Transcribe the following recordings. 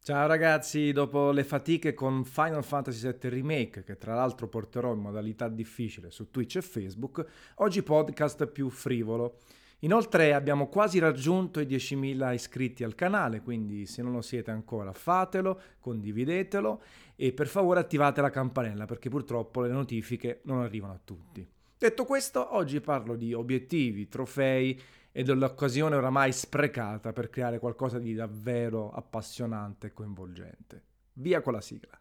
Ciao ragazzi, dopo le fatiche con Final Fantasy VII Remake, che tra l'altro porterò in modalità difficile su Twitch e Facebook, oggi podcast più frivolo. Inoltre abbiamo quasi raggiunto i 10.000 iscritti al canale, quindi se non lo siete ancora fatelo, condividetelo e per favore attivate la campanella perché purtroppo le notifiche non arrivano a tutti. Detto questo, oggi parlo di obiettivi, trofei e dell'occasione oramai sprecata per creare qualcosa di davvero appassionante e coinvolgente. Via con la sigla.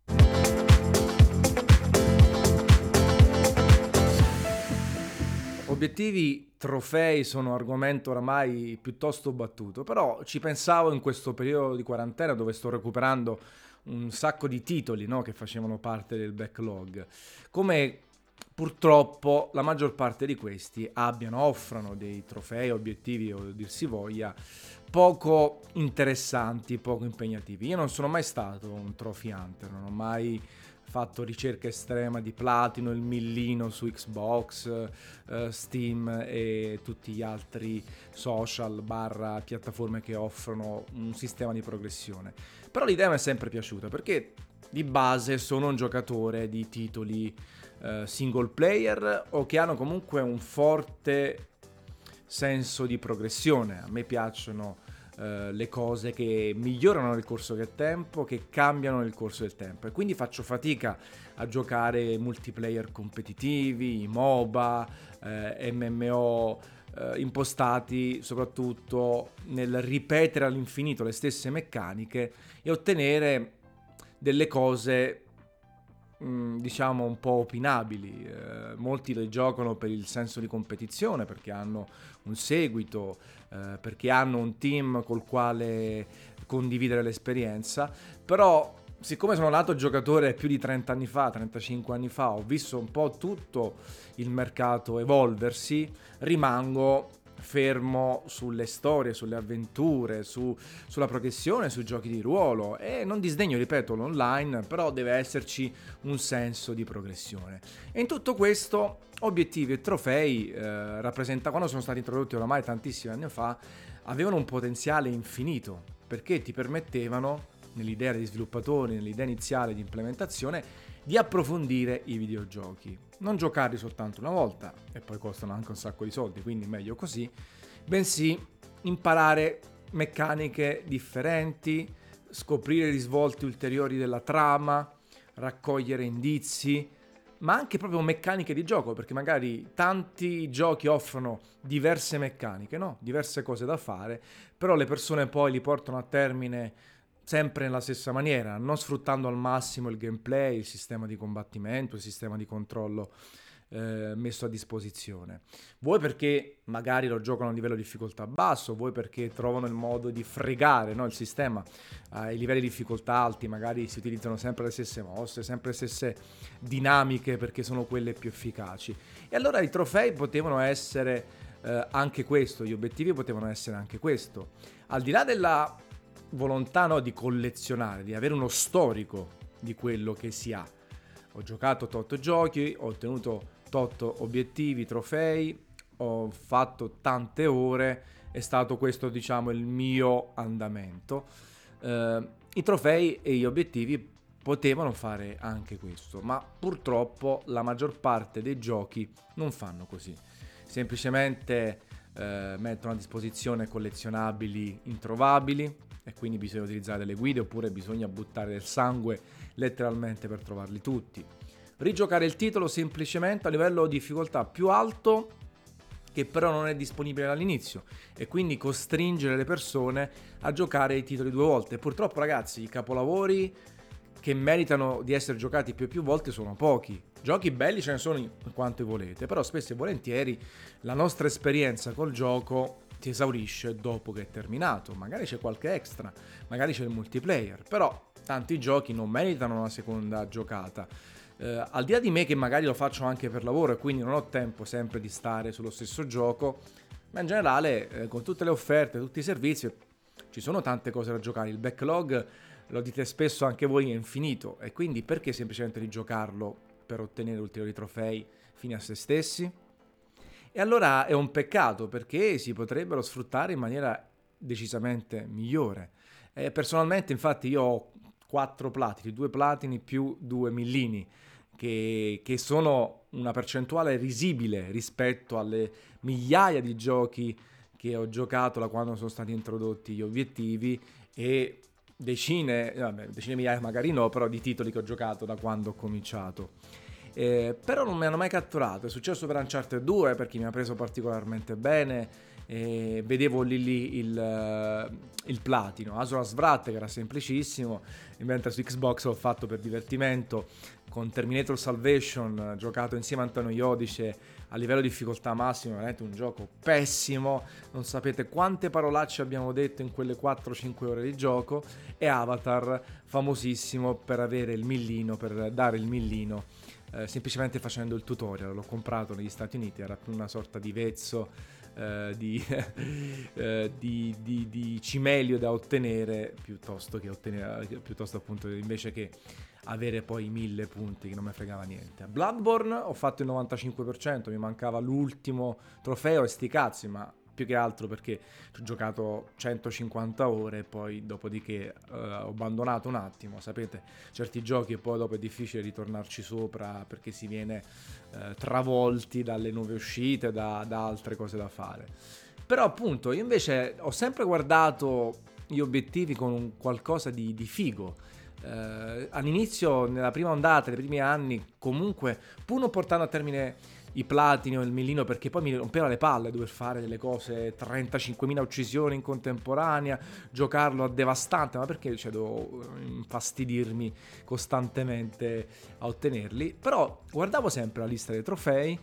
Obiettivi, trofei sono argomento oramai piuttosto battuto, però ci pensavo in questo periodo di quarantena dove sto recuperando un sacco di titoli, no, che facevano parte del backlog. Come purtroppo la maggior parte di questi offrono dei trofei, obiettivi o dir si voglia, poco interessanti, poco impegnativi. Io non sono mai stato un trophy hunter, non ho mai fatto ricerca estrema di platino, il millino su Xbox, Steam e tutti gli altri social barra piattaforme che offrono un sistema di progressione. Però l'idea mi è sempre piaciuta perché di base sono un giocatore di titoli single player o che hanno comunque un forte senso di progressione. A me piacciono le cose che migliorano nel corso del tempo, che cambiano nel corso del tempo e quindi faccio fatica a giocare multiplayer competitivi, i MOBA, MMO impostati soprattutto nel ripetere all'infinito le stesse meccaniche e ottenere delle cose diciamo un po' opinabili. Molti le giocano per il senso di competizione, perché hanno un seguito, perché hanno un team col quale condividere l'esperienza, però siccome sono nato giocatore più di 30 anni fa, 35 anni fa, ho visto un po' tutto il mercato evolversi, rimango fermo sulle storie, sulle avventure, sulla progressione, sui giochi di ruolo e non disdegno, ripeto, l'online, però deve esserci un senso di progressione. E in tutto questo, obiettivi e trofei quando sono stati introdotti oramai tantissimi anni fa, avevano un potenziale infinito perché ti permettevano, nell'idea degli sviluppatori, nell'idea iniziale di implementazione, di approfondire i videogiochi. Non giocarli soltanto una volta, e poi costano anche un sacco di soldi, quindi meglio così, bensì imparare meccaniche differenti, scoprire risvolti ulteriori della trama, raccogliere indizi, ma anche proprio meccaniche di gioco, perché magari tanti giochi offrono diverse meccaniche, no? Diverse cose da fare, però le persone poi li portano a termine sempre nella stessa maniera, non sfruttando al massimo il gameplay, il sistema di combattimento, il sistema di controllo messo a disposizione. Vuoi perché magari lo giocano a livello di difficoltà basso, vuoi perché trovano il modo di fregare, no, il sistema ai livelli di difficoltà alti, magari si utilizzano sempre le stesse mosse, sempre le stesse dinamiche perché sono quelle più efficaci. E allora i trofei potevano essere anche questo, gli obiettivi potevano essere anche questo. Al di là della volontà, no, di collezionare, di avere uno storico di quello che si ha. Ho giocato tot giochi, ho ottenuto tot obiettivi, trofei, ho fatto tante ore, è stato questo diciamo il mio andamento. I trofei e gli obiettivi potevano fare anche questo, ma purtroppo la maggior parte dei giochi non fanno così. Semplicemente mettono a disposizione collezionabili introvabili e quindi bisogna utilizzare delle guide oppure bisogna buttare del sangue letteralmente per trovarli tutti. Rigiocare il titolo semplicemente a livello di difficoltà più alto che però non è disponibile all'inizio e quindi costringere le persone a giocare i titoli due volte. Purtroppo ragazzi, i capolavori che meritano di essere giocati più e più volte sono pochi. Giochi belli ce ne sono quanto volete, però spesso e volentieri la nostra esperienza col gioco si esaurisce dopo che è terminato. Magari c'è qualche extra, magari c'è il multiplayer, però tanti giochi non meritano una seconda giocata. Al di là di me che magari lo faccio anche per lavoro e quindi non ho tempo sempre di stare sullo stesso gioco, ma in generale con tutte le offerte, tutti i servizi ci sono tante cose da giocare. Il backlog, lo dite spesso anche voi, è infinito e quindi perché semplicemente rigiocarlo per ottenere ulteriori trofei fini a se stessi? E allora è un peccato perché si potrebbero sfruttare in maniera decisamente migliore. Personalmente, infatti, io ho 4 platini, 2 platini più 2 millini, che sono una percentuale risibile rispetto alle migliaia di giochi che ho giocato da quando sono stati introdotti gli obiettivi e decine, vabbè, decine di migliaia magari no, però di titoli che ho giocato da quando ho cominciato. Però non mi hanno mai catturato. È successo per Uncharted 2 perché mi ha preso particolarmente bene. Vedevo lì il platino. Asura's Wrath, che era semplicissimo, mentre su Xbox l'ho fatto per divertimento con Terminator Salvation, giocato insieme a Antonio Iodice a livello di difficoltà massimo, veramente un gioco pessimo, non sapete quante parolacce abbiamo detto in quelle 4-5 ore di gioco. E Avatar, famosissimo per avere il millino, per dare il millino semplicemente facendo il tutorial. L'ho comprato negli Stati Uniti, era più una sorta di vezzo di cimelio da ottenere piuttosto appunto invece che avere poi 1000 punti, che non mi fregava niente. Bloodborne ho fatto il 95%, mi mancava l'ultimo trofeo e sti cazzi, ma più che altro perché ho giocato 150 ore e poi dopodiché ho abbandonato un attimo. Sapete, certi giochi e poi dopo è difficile ritornarci sopra perché si viene travolti dalle nuove uscite, da altre cose da fare. Però appunto io invece ho sempre guardato gli obiettivi con un qualcosa di figo. All'inizio, nella prima ondata, nei primi anni, comunque, pur non portando a termine i platini o il millino, perché poi mi rompeva le palle dover fare delle cose, 35.000 uccisioni in contemporanea, giocarlo a devastante, ma perché devo infastidirmi costantemente a ottenerli. Però guardavo sempre la lista dei trofei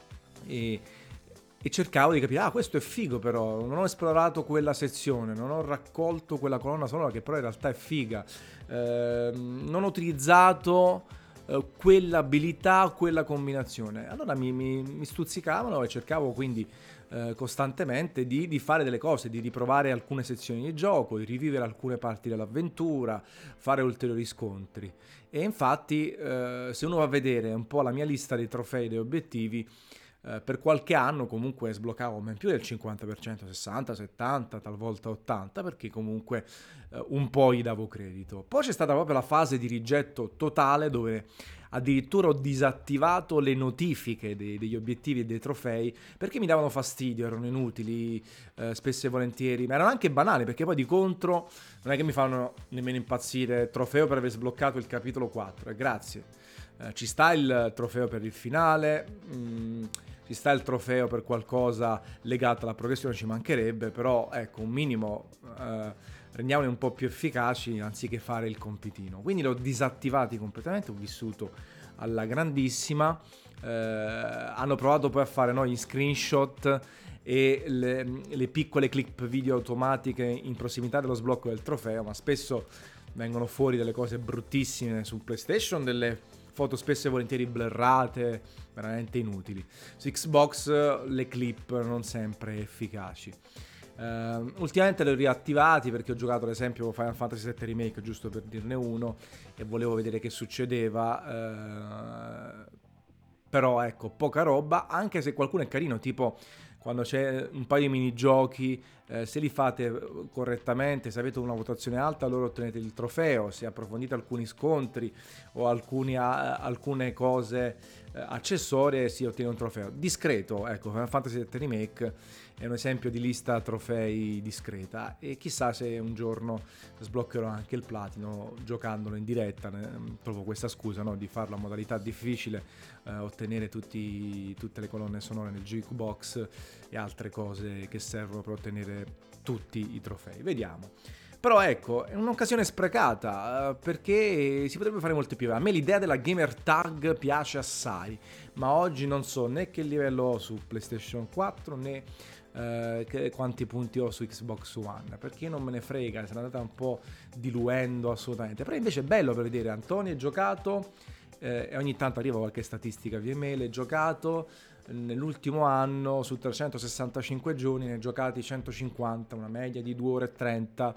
e cercavo di capire, questo è figo, però non ho esplorato quella sezione, non ho raccolto quella colonna sonora che però in realtà è figa, non ho utilizzato quell'abilità, quella combinazione. Allora mi stuzzicavano e cercavo quindi costantemente di fare delle cose, di riprovare alcune sezioni di gioco, di rivivere alcune parti dell'avventura, fare ulteriori scontri. E infatti se uno va a vedere un po' la mia lista dei trofei e dei obiettivi, per qualche anno comunque sbloccavo ben più del 50%, 60, 70, talvolta 80, perché comunque un po' gli davo credito. Poi c'è stata proprio la fase di rigetto totale dove addirittura ho disattivato le notifiche degli obiettivi e dei trofei perché mi davano fastidio, erano inutili spesso e volentieri, ma erano anche banali perché poi di contro non è che mi fanno nemmeno impazzire trofeo per aver sbloccato il capitolo 4, grazie. Ci sta il trofeo per il finale, ci sta il trofeo per qualcosa legato alla progressione, ci mancherebbe, però ecco, un minimo rendiamoli un po' più efficaci anziché fare il compitino. Quindi li ho disattivati completamente, ho vissuto alla grandissima. Hanno provato poi a fare gli screenshot e le piccole clip video automatiche in prossimità dello sblocco del trofeo, ma spesso vengono fuori delle cose bruttissime su PlayStation, delle foto spesso e volentieri blurrate, veramente inutili. Su Xbox le clip non sempre efficaci. Ultimamente li ho riattivati perché ho giocato ad esempio Final Fantasy VII Remake, giusto per dirne uno, e volevo vedere che succedeva, però ecco, poca roba, anche se qualcuno è carino, tipo quando c'è un paio di minigiochi, se li fate correttamente, se avete una votazione alta, allora ottenete il trofeo. Se approfondite alcuni scontri o alcune cose accessorie, si ottiene un trofeo discreto. Ecco, Final Fantasy VII Remake è un esempio di lista trofei discreta, e chissà se un giorno sbloccherò anche il platino giocandolo in diretta. Trovo questa scusa, no, di farlo a modalità difficile, ottenere tutte le colonne sonore nel jukebox e altre cose che servono per ottenere tutti i trofei. Vediamo. Però ecco, è un'occasione sprecata, perché si potrebbe fare molto più. A me l'idea della gamer tag piace assai, ma oggi non so né che livello ho su PlayStation 4 né quanti punti ho su Xbox One, perché non me ne frega, se è andata un po' diluendo assolutamente. Però invece è bello per vedere Antonio è giocato, e ogni tanto arriva qualche statistica via email, è giocato nell'ultimo anno su 365 giorni, ne ha giocati 150, una media di 2 ore e 30.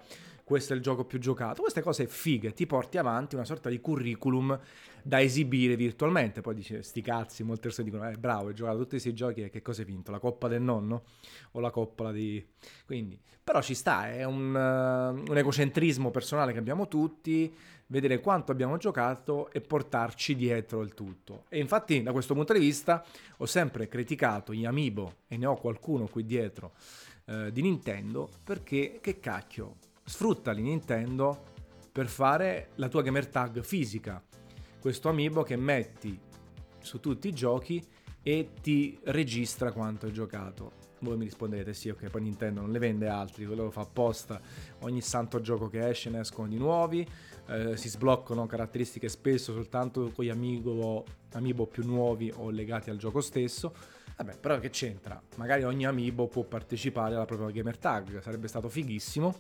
questo è il gioco più giocato. Queste cose fighe, ti porti avanti una sorta di curriculum da esibire virtualmente. Poi dice, sti cazzi, molte persone dicono, bravo, hai giocato tutti questi giochi e che cosa hai vinto? La coppa del nonno? O la coppola di... Quindi, però ci sta, è un egocentrismo personale che abbiamo tutti, vedere quanto abbiamo giocato e portarci dietro il tutto. E infatti, da questo punto di vista, ho sempre criticato gli Amiibo, e ne ho qualcuno qui dietro, di Nintendo, perché, che cacchio, sfruttali Nintendo per fare la tua gamer tag fisica, questo Amiibo che metti su tutti i giochi e ti registra quanto hai giocato. Voi mi risponderete sì, ok, poi Nintendo non le vende altri, quello lo fa apposta, ogni santo gioco che esce ne escono di nuovi, si sbloccano caratteristiche spesso soltanto con gli amiibo più nuovi o legati al gioco stesso. Vabbè, però che c'entra? Magari ogni amiibo può partecipare alla propria gamer tag, sarebbe stato fighissimo.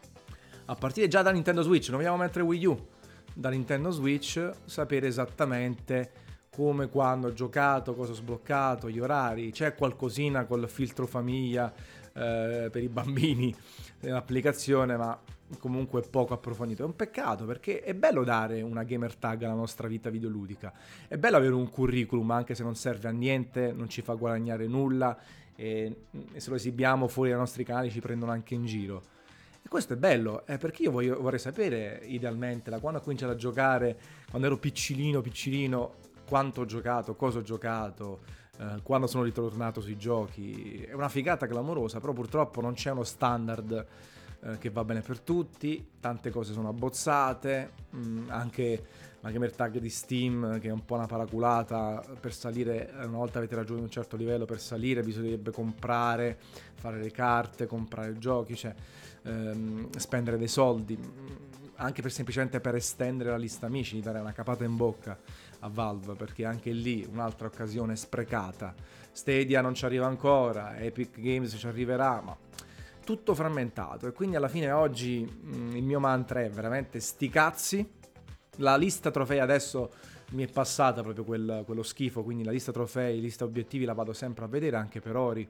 A partire già da Nintendo Switch, non vogliamo mettere Wii U, da Nintendo Switch sapere esattamente come, quando ho giocato, cosa ho sbloccato, gli orari, c'è qualcosina col filtro famiglia per i bambini nell'applicazione, ma comunque poco approfondito. È un peccato, perché è bello dare una gamer tag alla nostra vita videoludica, è bello avere un curriculum anche se non serve a niente, non ci fa guadagnare nulla e se lo esibiamo fuori dai nostri canali ci prendono anche in giro. E questo è bello, perché io vorrei sapere idealmente da quando ho cominciato a giocare, quando ero piccolino, quanto ho giocato, cosa ho giocato, quando sono ritornato sui giochi. È una figata clamorosa, però purtroppo non c'è uno standard che va bene per tutti, tante cose sono abbozzate, anche la gamer tag di Steam, che è un po' una paraculata. Per salire, una volta avete raggiunto un certo livello, per salire bisognerebbe comprare, fare le carte, comprare giochi, cioè spendere dei soldi, anche per semplicemente per estendere la lista amici, dare una capata in bocca a Valve, perché anche lì un'altra occasione sprecata. Stadia non ci arriva ancora, Epic Games ci arriverà, ma tutto frammentato. E quindi alla fine oggi il mio mantra è veramente sti cazzi. La lista trofei adesso mi è passata proprio quello schifo, quindi la lista trofei, lista obiettivi la vado sempre a vedere, anche per Ori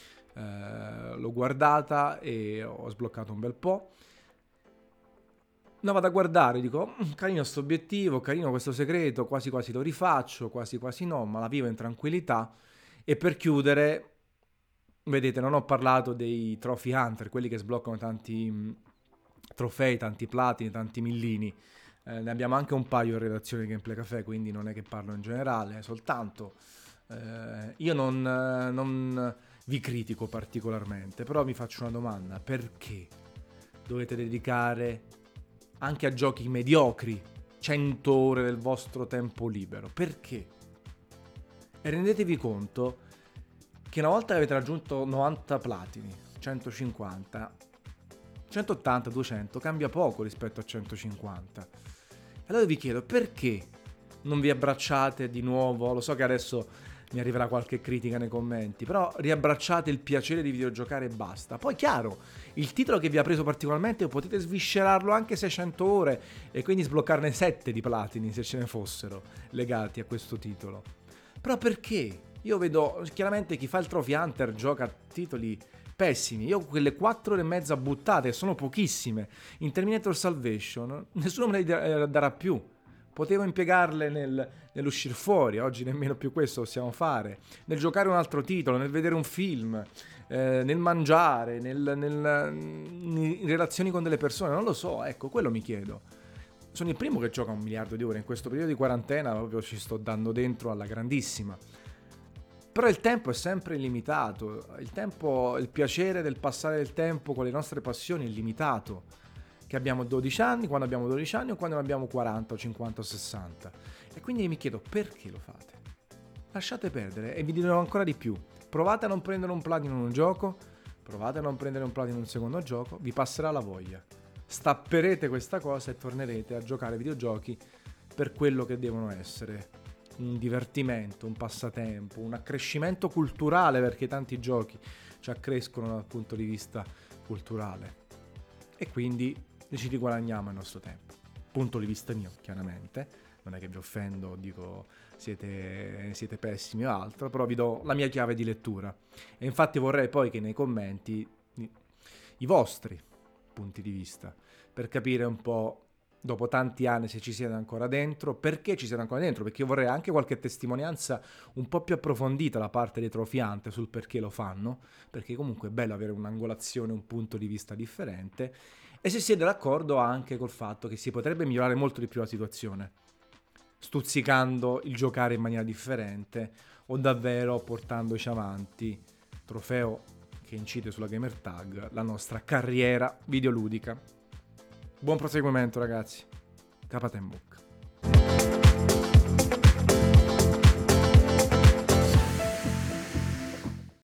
l'ho guardata e ho sbloccato un bel po'. La vado a guardare, dico, carino sto obiettivo, carino questo segreto, quasi quasi lo rifaccio, quasi quasi no, ma la vivo in tranquillità. E per chiudere, vedete, non ho parlato dei trophy hunter, quelli che sbloccano tanti trofei, tanti platini, tanti millini. Ne abbiamo anche un paio in redazione di Gameplay Café, quindi non è che parlo in generale, soltanto io non vi critico particolarmente, però mi faccio una domanda: perché dovete dedicare anche a giochi mediocri 100 ore del vostro tempo libero? Perché? E rendetevi conto che una volta che avete raggiunto 90 platini, 150, 180, 200 cambia poco rispetto a 150. Allora vi chiedo, perché non vi abbracciate di nuovo? Lo so che adesso mi arriverà qualche critica nei commenti, però riabbracciate il piacere di videogiocare e basta. Poi chiaro, il titolo che vi ha preso particolarmente potete sviscerarlo anche 600 ore e quindi sbloccarne 7 di platini se ce ne fossero legati a questo titolo. Però perché? Io vedo chiaramente chi fa il Trophy Hunter gioca a titoli pessimi. Io quelle 4 ore e mezza buttate, sono pochissime, in Terminator Salvation, nessuno me le darà più. Potevo impiegarle nell'uscire fuori, oggi nemmeno più questo possiamo fare, nel giocare un altro titolo, nel vedere un film, nel mangiare, in relazioni con delle persone, non lo so, ecco, quello mi chiedo. Sono il primo che gioca 1 miliardo di ore, in questo periodo di quarantena proprio ci sto dando dentro alla grandissima. Però il tempo è sempre limitato, il piacere del passare del tempo con le nostre passioni è limitato. Che abbiamo 12 anni, quando abbiamo 12 anni o quando ne abbiamo 40 o 50 o 60. E quindi mi chiedo, perché lo fate? Lasciate perdere, e vi dirò ancora di più. Provate a non prendere un platino in un gioco, provate a non prendere un platino in un secondo gioco, vi passerà la voglia. Stapperete questa cosa e tornerete a giocare videogiochi per quello che devono essere. Un divertimento, un passatempo, un accrescimento culturale, perché tanti giochi ci accrescono dal punto di vista culturale. E quindi ci riguadagniamo il nostro tempo. Punto di vista mio, chiaramente. Non è che vi offendo, dico siete pessimi o altro, però vi do la mia chiave di lettura. E infatti vorrei poi che nei commenti i vostri punti di vista, per capire un po' dopo tanti anni se ci siete ancora dentro, perché ci siete ancora dentro, perché io vorrei anche qualche testimonianza un po' più approfondita da parte dei Trofiante sul perché lo fanno, perché comunque è bello avere un'angolazione, un punto di vista differente, e se siete d'accordo anche col fatto che si potrebbe migliorare molto di più la situazione, stuzzicando il giocare in maniera differente o davvero portandoci avanti, trofeo che incide sulla gamer tag, la nostra carriera videoludica. Buon proseguimento ragazzi, capate in bocca.